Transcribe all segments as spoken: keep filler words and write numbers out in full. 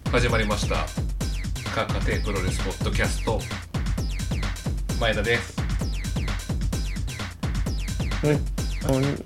始まりましたか家庭プロレスポッドキャスト、前田です。 うんうんうん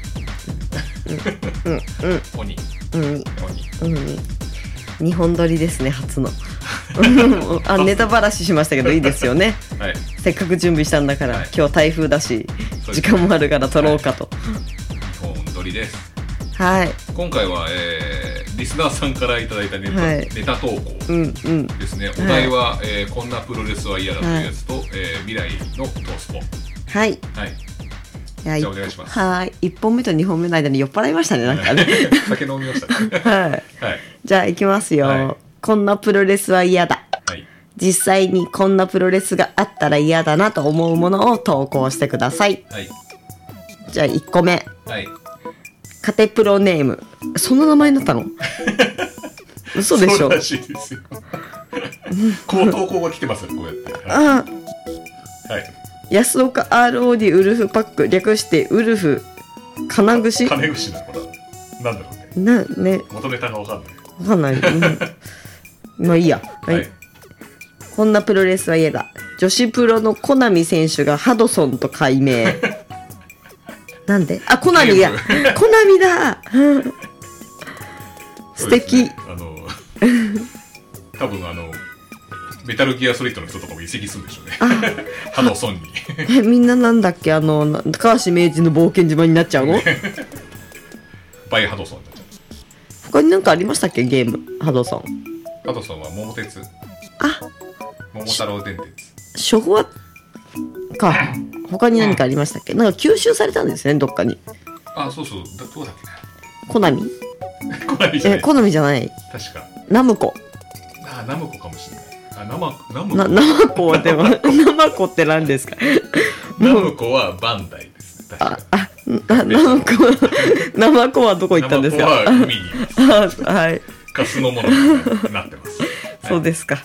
うんうん鬼うん鬼うん日本撮りですね、初のあネタばらししましたけどいいですよね、 はい、 せっかく準備したんだから、はい、今日台風だし時間もあるから撮ろうかと、 はい、日本撮りです。 はい、 今回は、えー、リスナーさんからいただいたネタ、はい、ネタ投稿ですね、うんうん、お題は、はい、えー、こんなプロレスは嫌だというやつと、はい、えー、未来のトースポ。はい、はい、じゃあお願いします。 はい、いっぽんめとにほんめの間に酔っ払いましたね、なんかね酒飲みましたねはい、はい、じゃあいきますよ、はい、こんなプロレスは嫌だ、はい、実際にこんなプロレスがあったら嫌だなと思うものを投稿してください、はい、じゃあいっこめ、はい、カテプロネーム。そんな名前になったの嘘でしょ。 そうらしいですよこう投稿が来てますよ、こうやって、はい、あはい、安岡 アールオーディー ウルフパック、略してウルフ金串。 金串なのかな、なんだろうね。なね。 元ネタがわかんない。 わかんない。うん、まあいいや。はい。はい、こんなプロレスは嫌だ。女子プロのコナミ選手がハドソンと改名。なんで？あ、コナミや。コナミだ。素敵。ね、 あの多分あのメタルギアソリッドの人とかも移籍するんでしょうね。ハドソンにえ、みんななんだっけ、あの高橋名人の冒険島になっちゃうの？ バイハドソンになっちゃう。 他に何かありましたっけ、ゲームハドソン。 ハドソンは桃鉄。 あ、 桃太郎電鉄。 初歩はか。他に何かありましたっけ？なんか吸収されたんですね、どっかに。 あ、そうそう、だどうだっけな。 コナミ？ コナミじゃない。 え、コナミじゃない。 確か。 ナムコ。 あ、ナムコかもしれない。あ、ナマナムコ。 なナマコでもナマコって何ですか？ ナムコはバンダイです。確か。 あ、あ、ナマコナマコはどこ行ったんですか？ ナマコは海にいます。 あ、はい。 ガスのものになってます。 そうですか。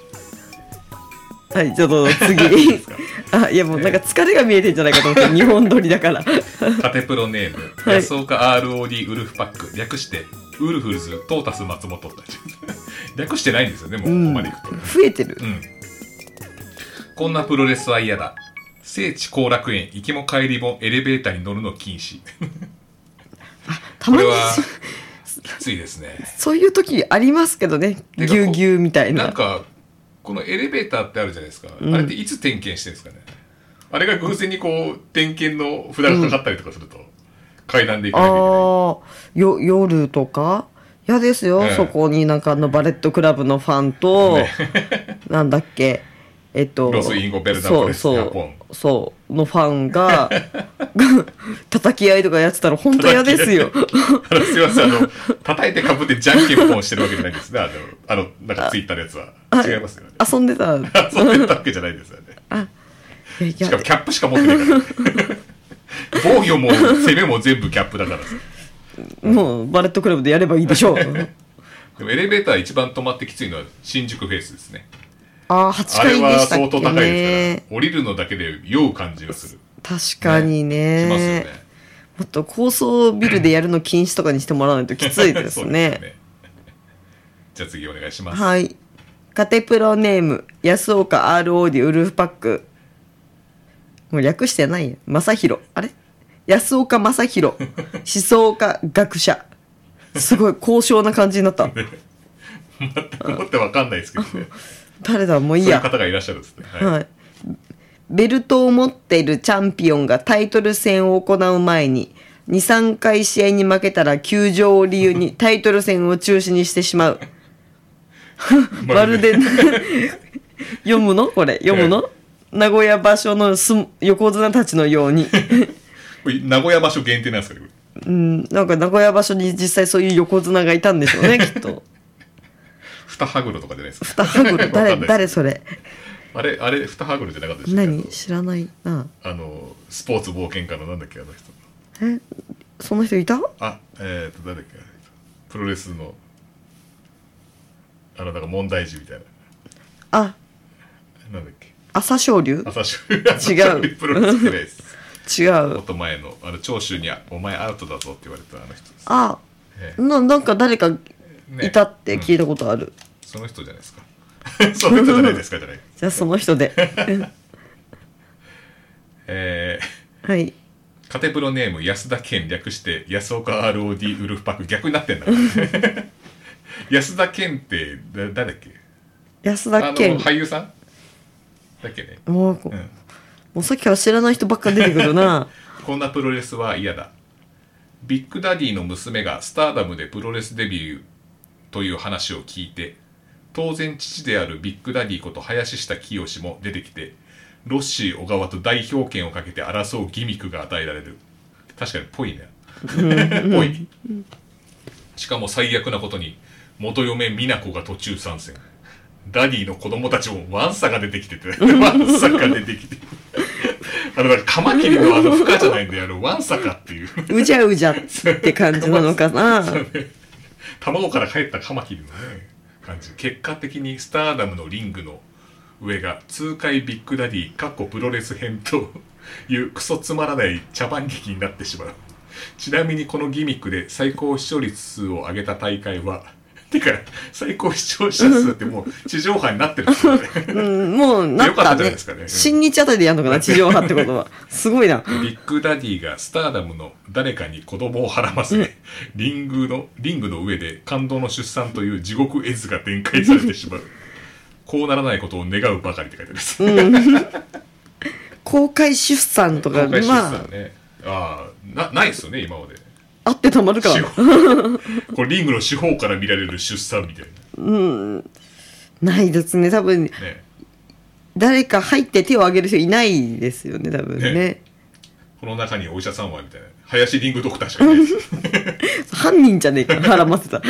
はい、ちょっと次あ、いやもうなんか疲れが見えてんじゃないかと思って日本撮りだからカテプロネーム、はい、安岡 アールオーディー ウルフパック、略してウルフルズトータス松本たち略してないんですよね、もうここまでいくと、 うん、増えてる、 うん、こんなプロレスは嫌だ。聖地後楽園行きも帰りもエレベーターに乗るの禁止あ、たまにこれはきついですね。 そういう時ありますけどね、ぎゅうぎゅうみたいな。 なんかこのエレベーターってあるじゃないですか、うん、あれっていつ点検してるんですかね。あれが偶然にこう点検の札がかかったりとかすると、うん、階段で行かなきゃいけない。あよ夜とか嫌ですよ、ええ、そこになんかあのバレットクラブのファンと、ね、なんだっけ、えっとロスインゴベルナポレスジャポンそうのファンが叩き合いとかやってたら本当嫌ですよ。 あのすいません、あの叩いてかぶってじゃんけんポンしてるわけじゃないんですね。あのあのなんかツイッターのやつは違いますよね。 遊んでた遊んでたわけじゃないですよね。あ、しかもキャップしか持ってないから防御も攻めも全部キャップだからさ。 もうバレットクラブでやればいいでしょう。でもエレベーター一番止まってきついのは新宿フェイスですね。 ああ、はちかいでしたっけね。あれは相当高いですから降りるのだけで酔う感じがする。 確かに ね, ねしますよね。もっと高層ビルでやるの禁止とかにしてもらわないときついですね。 そうですね。 じゃあ次お願いします。 はい、カテプロネーム安岡 アールオーディー ウルフパック、もう略してないよ、正弘。あれ安岡正弘思想家学者、すごい高尚な感じになった、ね、 全くもって分かんないですけどね誰だ、もういいや。 そういう方がいらっしゃるんですね、はいはい、 ベルトを持っているチャンピオンがタイトル戦を行う前に に,さん 回試合に負けたら休場を理由にタイトル戦を中止にしてしまうまるで読むのこれ読むの、えー、名古屋場所の横綱たちのように名古屋場所限定なんですかね。 うん、なんか名古屋場所に実際そういう横綱がいたんでしょうねきっと。 二羽黒とかじゃないですか。 二羽黒誰誰それ。 あれあれ二羽黒じゃなかったでしょ。 何知らないな。 あのスポーツ冒険家のなんだっけあの人。 えその人いた？ あえー、と誰だっけプロレスのあのなんか問題児みたいな。 あなんだっけ。 朝青龍？ 朝青龍。違う。プロレスじゃないです。 違う。 もっと前のあの長州にお前アウトだぞって言われたあの人です。 あ、ええ、な, なんか誰かね、いたって聞いたことある、うん、 その人じゃないですかその人じゃないですかじゃないじゃあその人でえー、はいカテプロネーム安田健略して安岡 アールオーディー ウルフパック逆になってんだ安田健ってだ誰だっけ安田健あの俳優さんだっけねもう、うん、もうさっきから知らない人ばっか出てくるなこんなプロレスは嫌だ。ビッグダディの娘がスターダムでプロレスデビューという話を聞いて、当然父であるビッグダディこと林下清も出てきて、ロッシー小川と代表権をかけて争うギミックが与えられる。確かにぽいねぽい。しかも最悪なことに元嫁美奈子が途中参戦。ダディの子供たちもワンサが出てきててワンサが出てきてあのカマキリのあの負荷じゃないんで、あのワンサかっていううじゃうじゃって感じなのかなね、 卵から帰ったカマキリのね感じ。結果的にスターダムのリングの上が痛快ビッグダディかっこプロレス編というクソつまらない茶番劇になってしまう。ちなみにこのギミックで最高視聴率数を上げた大会はてか最高視聴者数ってもう地上波になってるんですよねうん、 もうなったね。新日あたりでやるのかな地上波ってことはすごいな。 ビッグダディがスターダムの誰かに子供をはらませ、うん、リングのリングの上で感動の出産という地獄絵図が展開されてしまうこうならないことを願うばかりって書いてあります、うん、 公開出産とか公開出産ね、まあ、あなないですよね今まで。 あってたまるかこれリングの四方から見られる出産みたいな。 うんないですね多分ね。誰か入って手を挙げる人いないですよね多分 ね, ねこの中にお医者さんはみたいな林リングドクターしかいないです犯人じゃねえか絡ませた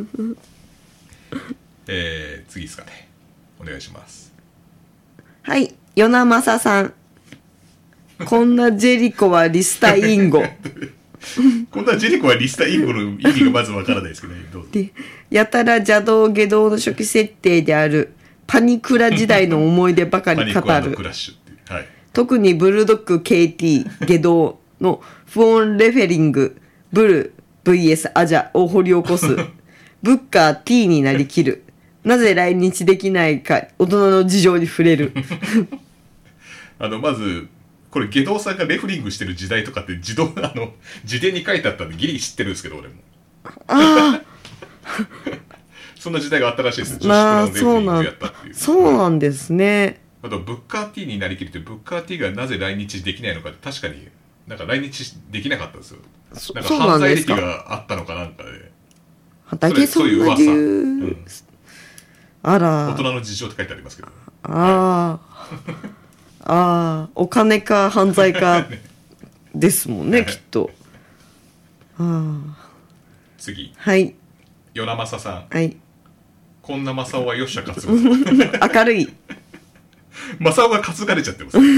えー、次ですかねお願いします。 はい与那正さんこんなジェリコはリスタインゴこんなジェリコはリスタインゴの意味がまずわからないですけどね。どうぞ。 でやたら邪道下道の初期設定であるパニクラ時代の思い出ばかり語るパニクラのクラッシュっていう、はい、 特にブルドッグ ケーティー 下道の不穏レフェリングブル ブイエス アジャを掘り起こすブッカー T になりきるなぜ来日できないか大人の事情に触れるあのまずこれ下道さんがレフリングしてる時代とかって自動あの自伝に書いてあったんでギリ知ってるんですけど俺もあそんな時代があったらしいです。 まあそうなんそうなんですね。 あとブッカー T になりきるってブッカー T がなぜ来日できないのかって確かになんか来日できなかったんですよ。なんか犯罪歴があったのかなんかでだけそんな理由、うん、あら大人の事情って書いてありますけど、 ああああお金か犯罪かですもんねきっと。あ次はい与那正さん、 はい、 こんな正雄はよっしゃ担ぐ明るい正雄が担がれちゃってます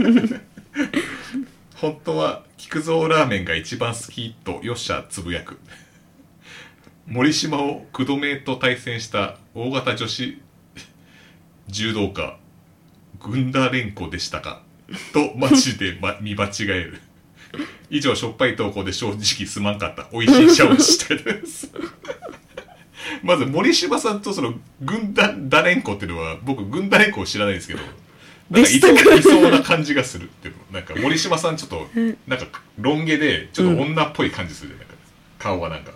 本当は菊蔵ラーメンが一番好きとよっしゃつぶやく。森島を工藤名と対戦した大型女子柔道家軍田蓮子でしたかとマジで、ま、見間違える。以上しょっぱい投稿で正直すまんかった。おいしいシャワーしたいですまず森島さんとその軍田蓮子っていうのは僕軍田蓮子を知らないですけどなんかいそういそうな感じがするっていうの。なんか森島さんちょっとなんかロン毛でちょっと女っぽい感じするじゃないか、うん、顔はなんか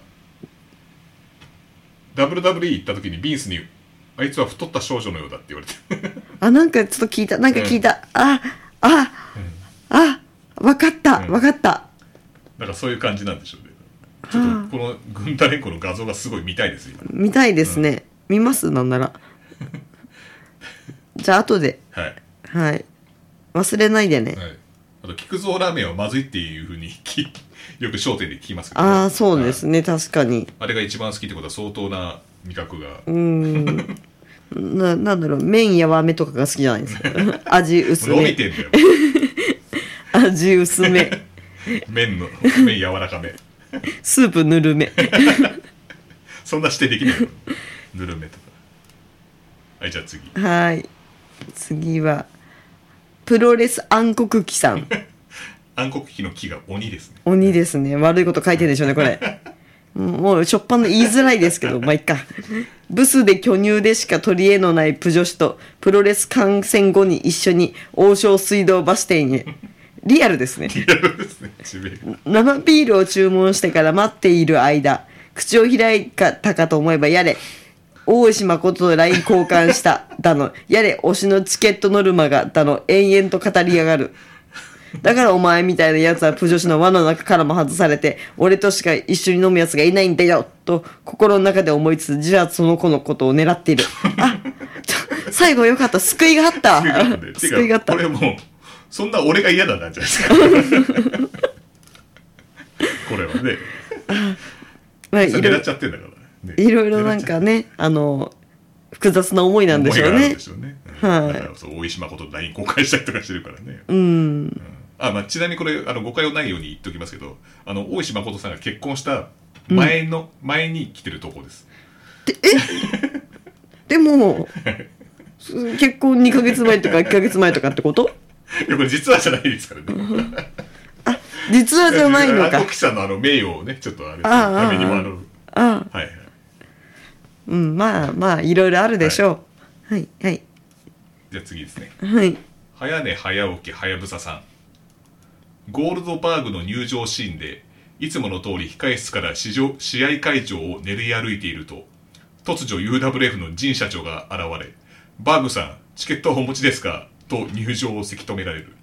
ダブリューダブリューイー 行った時にビンスにあいつは太った少女のようだって言われてあなんかちょっと聞いたなんか聞いた、うん、ああ、うん、あ分かった分かった、 うん、なんかそういう感じなんでしょうね。ちょっとこの軍田蓮子の画像がすごい見たいです今。 見たいですね、うん、見ますなんならじゃあ後ではいはい忘れないでね、はい、 あと菊蔵ラーメンはまずいっていうふうによく商店で聞きますけど、 ね、ああそうですね、はい、確かにあれが一番好きってことは相当な味覚がうーんな, なんだろう麺やわめとかが好きじゃないですか味薄め伸びてんだよ味薄め麺の麺柔らかめスープぬるめそんな指定できないのぬるめとか。はいじゃあ次はい次はプロレス暗黒期さん暗黒期の期が鬼ですね。 鬼ですね悪いこと書いてるでしょうねこれもうしょっぱな言いづらいですけどまあいっか。ブスで巨乳でしか取り柄のないプ女子とプロレス観戦後に一緒に王将水道橋店へ。リアルですね。 リアルですね。 生ビールを注文してから待っている間、口を開いたかと思えばやれ大石誠と ライン 交換しただの、やれ推しのチケットノルマがだの延々と語りやがる。だからお前みたいなやつはプ女子の輪の中からも外されて、俺としか一緒に飲むやつがいないんだよと心の中で思いつつ、じゃあその子のことを狙っている。あ、最後よかった。救いがあった。救いがあった。 これもうそんな俺が嫌だなんじゃないですか。これはね。まあ、いろ狙っちゃってんだからね。 いろいろなんかね、あの複雑な思いなんでしょうね。 でしょうね。はい。だからそう大石誠と ライン 交換したりとかしてるからね。 うん。うんあまあ、ちなみにこれあの誤解をないように言っておきますけど、あの大石誠さんが結婚した前の、うん、前に来てるとこです。 でえでも結婚にかげつまえとかいっかげつまえとかってこと？ いやこれ実はじゃないですからね。 あ実はじゃないのか。 暗黒さんのあの名誉をねちょっとあれためにもあのああはいはい。うんまあまあいろいろあるでしょう。はいはい。はい、 じゃあ次ですね。 はい。 早寝早起きはやぶささん。ゴールドバーグの入場シーンでいつもの通り控室から試合会場を練り歩いていると突如 ユーダブリューエフ のジン社長が現れ、バーグさんチケットはお持ちですかと入場をせき止められる。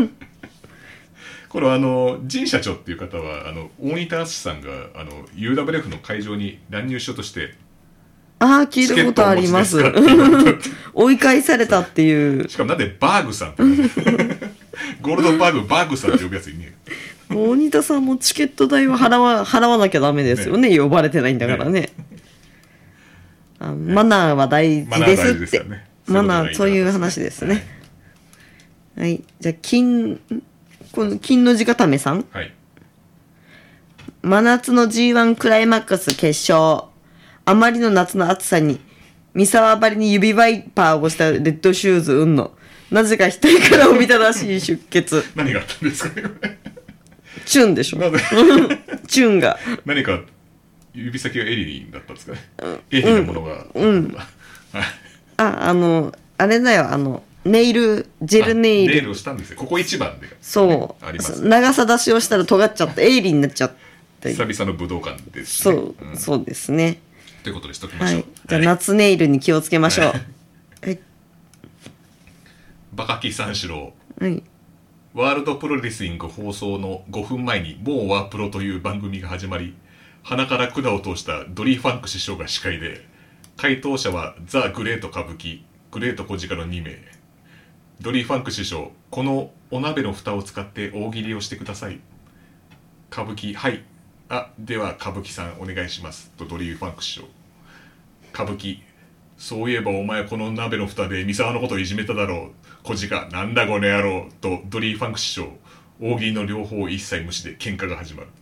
これはあのジン社長っていう方はあの大仁田敦さんがあの ユーダブリューエフ の会場に乱入しようとしてああ聞いたことあります。追い返されたっていう。 しかもなんでバーグさんってゴールドバーグバーグさんって呼ぶやついねえ。 大仁田さんもチケット代は払わ払わなきゃダメですよ ね, ね呼ばれてないんだからね。ねあマナーは大事ですって。 ね、 マナーそういう話ですね。はい、はい、じゃあ金この金の字固めさん。 はい。 真夏の ジーワン クライマックス決勝。あまりの夏の暑さに三沢張りに指ワイパーをしたレッドシューズうんの。なぜか額からおびただしい出血。 何があったんですかね。 チュンでしょ。チュンが。 何か指先がエリリンだったんですかね。エリのものが。 うん。うん、ああのあれだよあのネイルジェルネイル。 ネイルをしたんですよ。ここ一番で、ね。 そう。あります。長さ出しをしたら尖っちゃってエイリになっちゃって。 久々の武道館です、 ね。そう、うん、そうですね。 ということでしときましょう。はい、 じゃあ、はい、夏ネイルに気をつけましょう。はい。 バカキ三四郎。 はい。 ワールドプロレスリング放送のごふんまえにもうワープロという番組が始まり、鼻から管を通したドリー・ファンク師匠が司会で、回答者はザ・グレート歌舞伎、グレート小鹿のにめい。ドリー・ファンク師匠、このお鍋の蓋を使って大喜利をしてください。歌舞伎、はい。あ、では歌舞伎さんお願いします。とドリー・ファンク師匠。歌舞伎、そういえばお前この鍋の蓋で三沢のことをいじめただろう。小鹿、なんだこの野郎。とドリー・ファンク師匠。大喜利の両方を一切無視で喧嘩が始まる。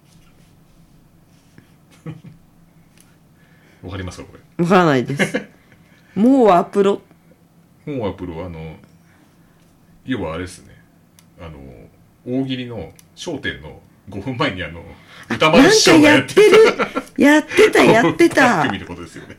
わかりますかこれ。 わからないです。もうワープロ。 もうワープロあの要はあれですね。あの大喜利の笑点のごふんまえにあの歌丸師匠がやってたやってたやってた番組のことですよね。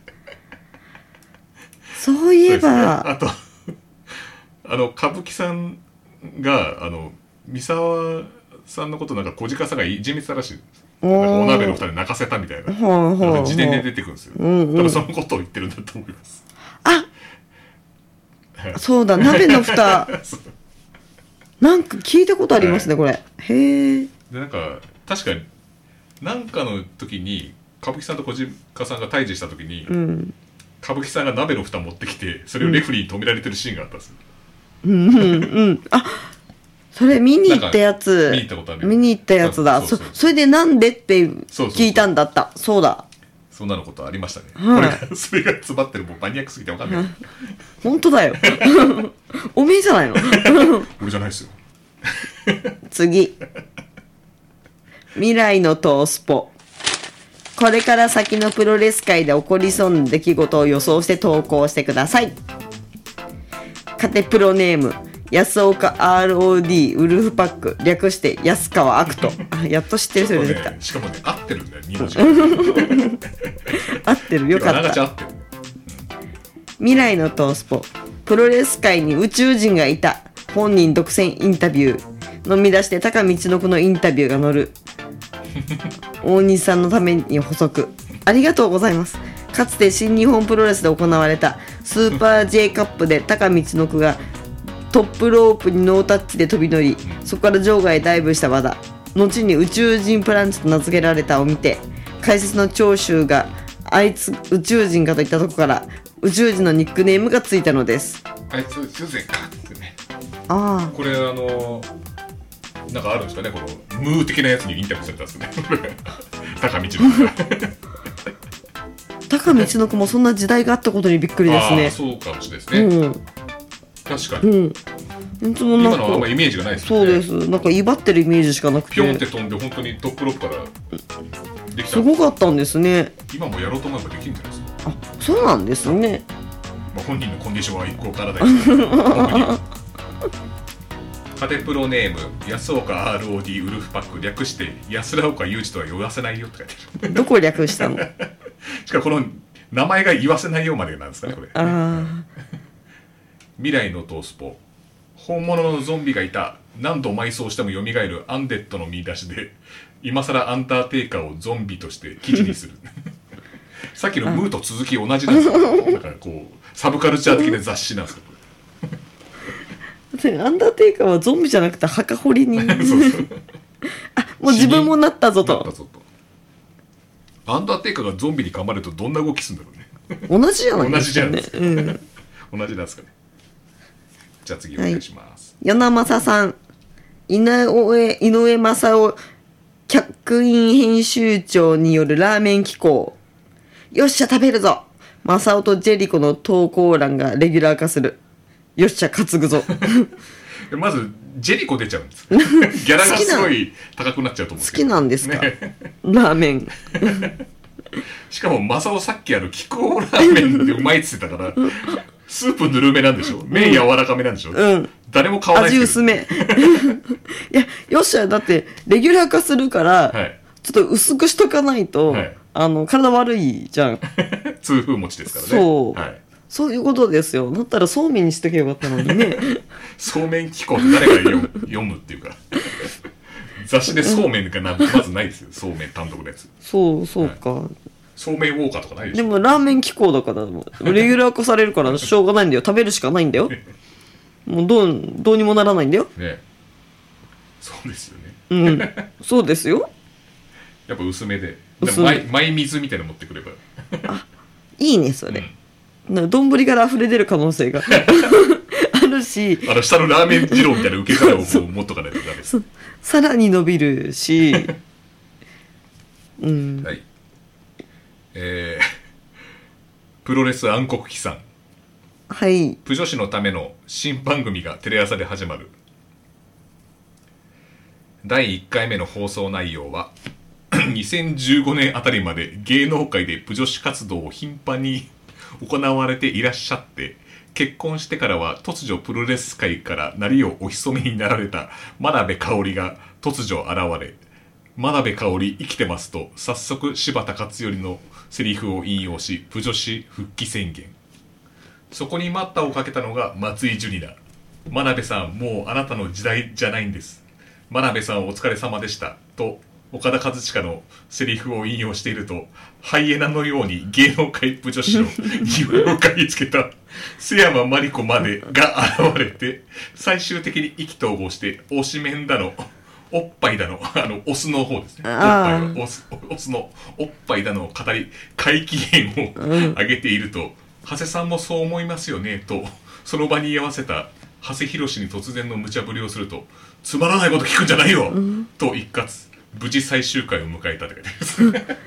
そういえば、ね、 あとあの歌舞伎さんがあの三沢さんのことなんか小鹿さんがいじめてたらしいです。なんかお鍋のふたで泣かせたみたいな自伝で出てくるんですよ。うんうん、多分そのことを言ってるんだと思います。 あそうだ鍋のふたなんか聞いたことありますね、はい、これ。へえ。 でなんか確かに何かの時に歌舞伎さんと小鹿さんが対峙した時に、うん、歌舞伎さんが鍋の蓋持ってきてそれをレフリーに止められてるシーンがあったんですよ。 うんうんうんあそれ見に行ったやつ見に行ったことある。 見に行ったやつだ。そうそうそう そ, それでなんでって聞いたんだった。そうだそんなのことありましたね、はい、これがそれが詰まってるもうマニアックすぎて分かんない。 本当だよおめえじゃないの俺じゃないですよ次未来のトースポ。これから先のプロレス界で起こりそうな出来事を予想して投稿してください。カテプロネーム安岡 アールオーディー ウルフパック略して安川アクトやっと知ってる人が出てきた、 ね、しかもね合ってるんだよに文字合ってるよかった。 合ってる、うん、 未来のトースポプロレス界に宇宙人がいた本人独占インタビューの見出して高道の子のインタビューが載る大西さんのために補足ありがとうございます。かつて新日本プロレスで行われたスーパー J カップで高道の子がトップロープにノータッチで飛び乗りそこから場外へダイブした技後に宇宙人プランチと名付けられたを見て解説の長州があいつ宇宙人かといったとこから宇宙人のニックネームがついたのです。 あいつ宇宙人かってね。 ああこれあのなんかあるんですかねこのムー的なやつにインタビューされたんですね高道の高道の子もそんな時代があったことにびっくりですね。 あそうかもしれないですね、うん、確かに、 うん、いつもなんか今のはあんまイメージがないですよね。 そうです。なんか威張ってるイメージしかなくてピョンって飛んで本当にトップロープからできたすごかったんですね。 今もやろうと思えばできるんじゃないですか。 あそうなんですね、 まあ、本人のコンディションは一向からないですけどカテプロネーム安岡 アールオーディー ウルフパック略して安ら岡裕二とは言わせないよって書いてあるどこ略したのしかもこの名前が言わせないよまでなんですかねこれあ未来のトースポ本物のゾンビがいた何度埋葬しても蘇るアンデッドの見出しで今更アンダーテイカーをゾンビとして記事にするさっきのムーと続き同じなんですよだからこうサブカルチャー的な雑誌なんですよアンダーテイカーはゾンビじゃなくて墓掘りにそうそうあもう自分もなったぞとなったぞとアンダーテイカーがゾンビに噛まれるとどんな動きするんだろうね同じじゃないですかね。 同じじゃないですか、うん、同じなんですかね。じゃあ次お願いします。 与那正さん井上、井上正雄客員編集長によるラーメン機構よっしゃ食べるぞ正雄とジェリコの投稿欄がレギュラー化するよっしゃ担ぐぞまずジェリコ出ちゃうんですギャラがすごい高くなっちゃうと思うんですけど好きなんですか、ね、ラーメンしかも正雄さっきある気候ラーメンでうまいっつってたからスープぬるめなんでしょ麺柔らかめなんでしょ、うん、誰も買わないです味薄めいやよっしゃだってレギュラー化するから、はい、ちょっと薄くしとかないと、はい、あの体悪いじゃん痛風持ちですからねそう、はい、そういうことですよ。だったらそうめんにしとけばよかったのにねそうめん機構って誰が読む、読むっていうか雑誌でそうめんがまずないですよそうめん単独のやつそうそうか、はい、 そうめんウォーカーとかないでしょ。 でもラーメン機構だからレギュラー化されるからしょうがないんだよ食べるしかないんだよもうどう、どうにもならないんだよね。そうですよねうんそうですよやっぱ薄めで薄めマイ水みたいなの持ってくればあいいねそれ、うん、丼から溢れ出る可能性があるしあの下のラーメン二郎みたいな受け皿をもう持っとかないとダメですさらに伸びるしうんはいえー、プロレス暗黒期さんはいプ女子のための新番組がテレ朝で始まる。だいいっかいめの放送内容はにせんじゅうごねんあたりまで芸能界でプ女子活動を頻繁に行われていらっしゃって結婚してからは突如プロレス界から鳴りをお潜めになられた真鍋かおりが突如現れ真鍋かおり生きてますと早速柴田勝頼のセリフを引用しプ女子復帰宣言。そこに待ったをかけたのが松井樹里だ。真鍋さんもうあなたの時代じゃないんです。真鍋さんお疲れ様でしたと岡田和親のセリフを引用しているとハイエナのように芸能界プ女子の匂いを嗅ぎつけた瀬山真理子までが現れて最終的に意気投合して推しメンだのおっぱいだのあのオスの方ですね。おっぱいはオス、オスのおっぱいだのを語り怪奇編を上げていると、うん、長谷さんもそう思いますよねとその場に居合わせた長谷博に突然の無茶ぶりをするとつまらないこと聞くんじゃないよ、うん、と一括無事最終回を迎えたって書いてあります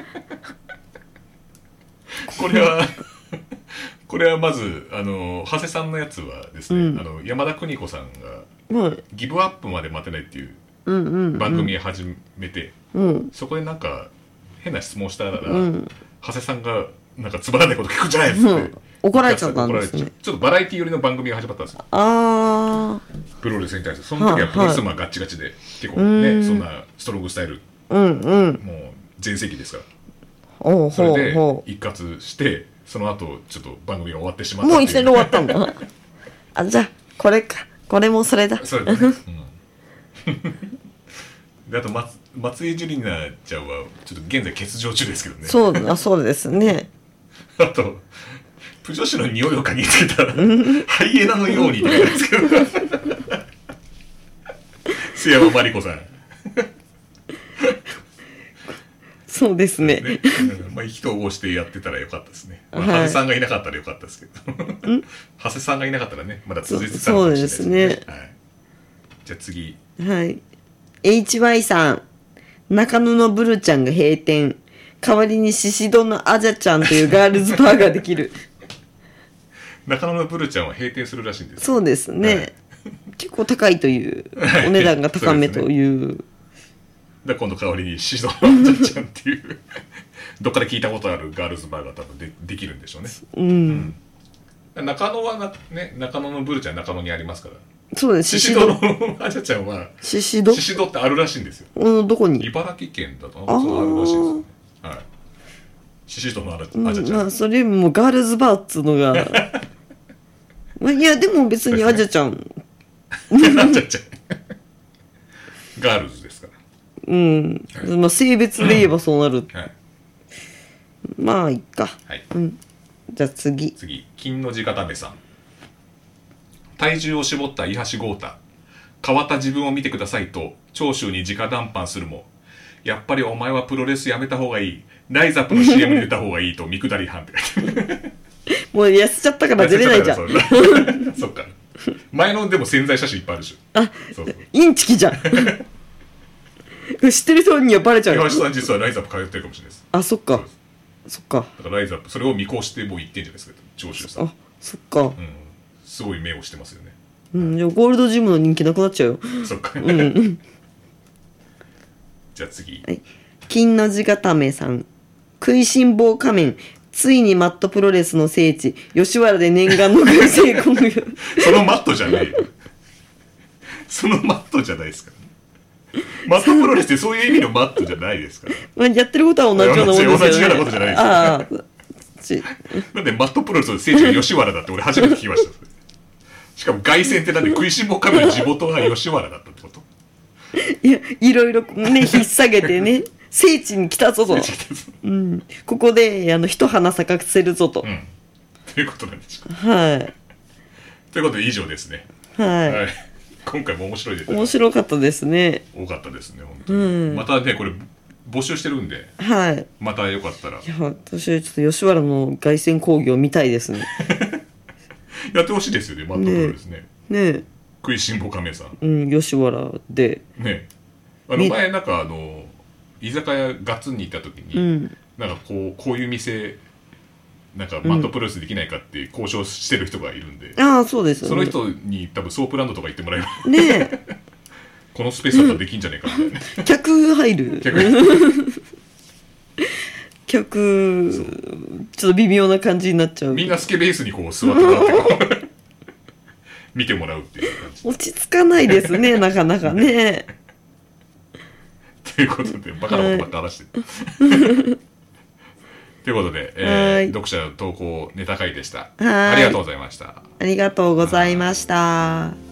これはこれはまずあの長谷さんのやつはですね、うん、あの山田邦子さんが、うん、ギブアップまで待てないっていう番組を始めて、うんうん、そこでなんか変な質問したら、うん、長谷さんがなんかつまらないこと聞くんじゃないですって、うん、 怒られちゃったんですね。 ちょっとバラエティ寄りの番組が始まったんですよ。 あープロレスに対してその時はプロレスマンガッチガチで、はい、結構ねそんなストロングスタイル、 うんうん、 もう全盛期ですから、 おうそれで一括してその後ちょっと番組が終わってしまった。 もう一年で終わったんだあ、じゃあこれか、これもそれだ。 それだね、うんであと 松, 松井樹里奈ちゃんはちょっと現在欠場中ですけどね。 そうあそうですねあとプ女子の匂いを嗅ぎつけたハイエナのようにって言うんですけど須山真理子さんそうですねね、まあ、意気投合してやってたらよかったですね、まあ、長谷さんがいなかったらよかったですけど長谷さんがいなかったらねまだ続いてたのかもしれないですね。そうですね、はい、じゃあ次、 はい、エイチワイ さん、中野のブルちゃんが閉店、代わりにシシドのアジャちゃんというガールズバーができる中野のブルちゃんは閉店するらしいんです。 そうですね、はい、結構高いというお値段が高めという、 で今度代わりにシシドのアジャちゃんっていうどっかで聞いたことあるガールズバーが多分 で, できるんでしょうね、うんうん、中野はな、ね、中野のブルちゃん中野にありますから。 そうです。 シシドのアジャちゃんはシシドシシドってあるらしいんですよ。 うん、どこに？ 茨城県だとあるらしいですよね。はい。シシドのアジャちゃん。うん、 まあそれもガールズバーっつうのがいやでも別にアジャちゃんアジャちゃんガールズですから。 うん。はい、まあ性別で言えばそうなる。はい、まあいっか。はい。うん。じゃあ次。 次金の字固めさん。体重を絞った伊橋豪太、変わった自分を見てくださいと長州に直談判するも、やっぱりお前はプロレスやめた方がいい、ライザップの シーエム に出た方がいいと見下り班って書いてもう痩せちゃったから出れないじゃんそっか、前のでも宣材写真いっぱいあるでしょ。 あ、そうそう、インチキじゃん知ってる人にはバレちゃうよ。 伊橋さん実はライザップ通ってるかもしれないです。 あ、そっかそっか。 だからライザップそれを見越してもう言ってんじゃないですか長州さん。 あ、そっか、うん、 すごい目をしてますよね。 うん、でもゴールドジムの人気なくなっちゃうよ。 そっか、うん、じゃあ次、はい、 金の字固めさん、食いしん坊仮面、ついにマットプロレスの聖地吉原で念願の凱旋興行そのマットじゃないよそのマットじゃないですからマットプロレスってそういう意味のマットじゃないですからまあやってることは同じようなもんですよね。 同じようなことじゃないですからあなんでマットプロレスの聖地が吉原だって俺初めて聞きましたしかも凱旋ってなんで食いしん坊仮面の地元が吉原だったってこと？ いや、いろいろね引っ提げてね聖地に来たぞと、うん、ここであの一花咲かせるぞと、うん、 ということなんでしょう。 はいということで以上ですね。 はい、はい、 今回も面白いですね。 面白かったですね。 多かったですね本当に、うん、またねこれ募集してるんで、 はい、 またよかったら。いや私ちょっと吉原の凱旋興行見たいですねやってほしいですよねマットプロレスね。 ねえ、 食いしん坊仮面さん、 うん、吉原でね、あの前なんかあの居酒屋ガツンに行った時に、うん、なんかこうこういう店なんかマットプロレスできないかって交渉してる人がいるんで、 うん、ああそうですよね。 その人に多分ソープランドとか行ってもらえばねこのスペースだったらできんじゃないかみたいな、 うん、客入る客ちょっと微妙な感じになっちゃう。 みんなスケベースにこう座ってもらって見てもらうっていう感じ。 落ち着かないですねなかなかねということでバカなことばっか話してるということで、えー、読者投稿ネタ会でした。ありがとうございました。 ありがとうございました。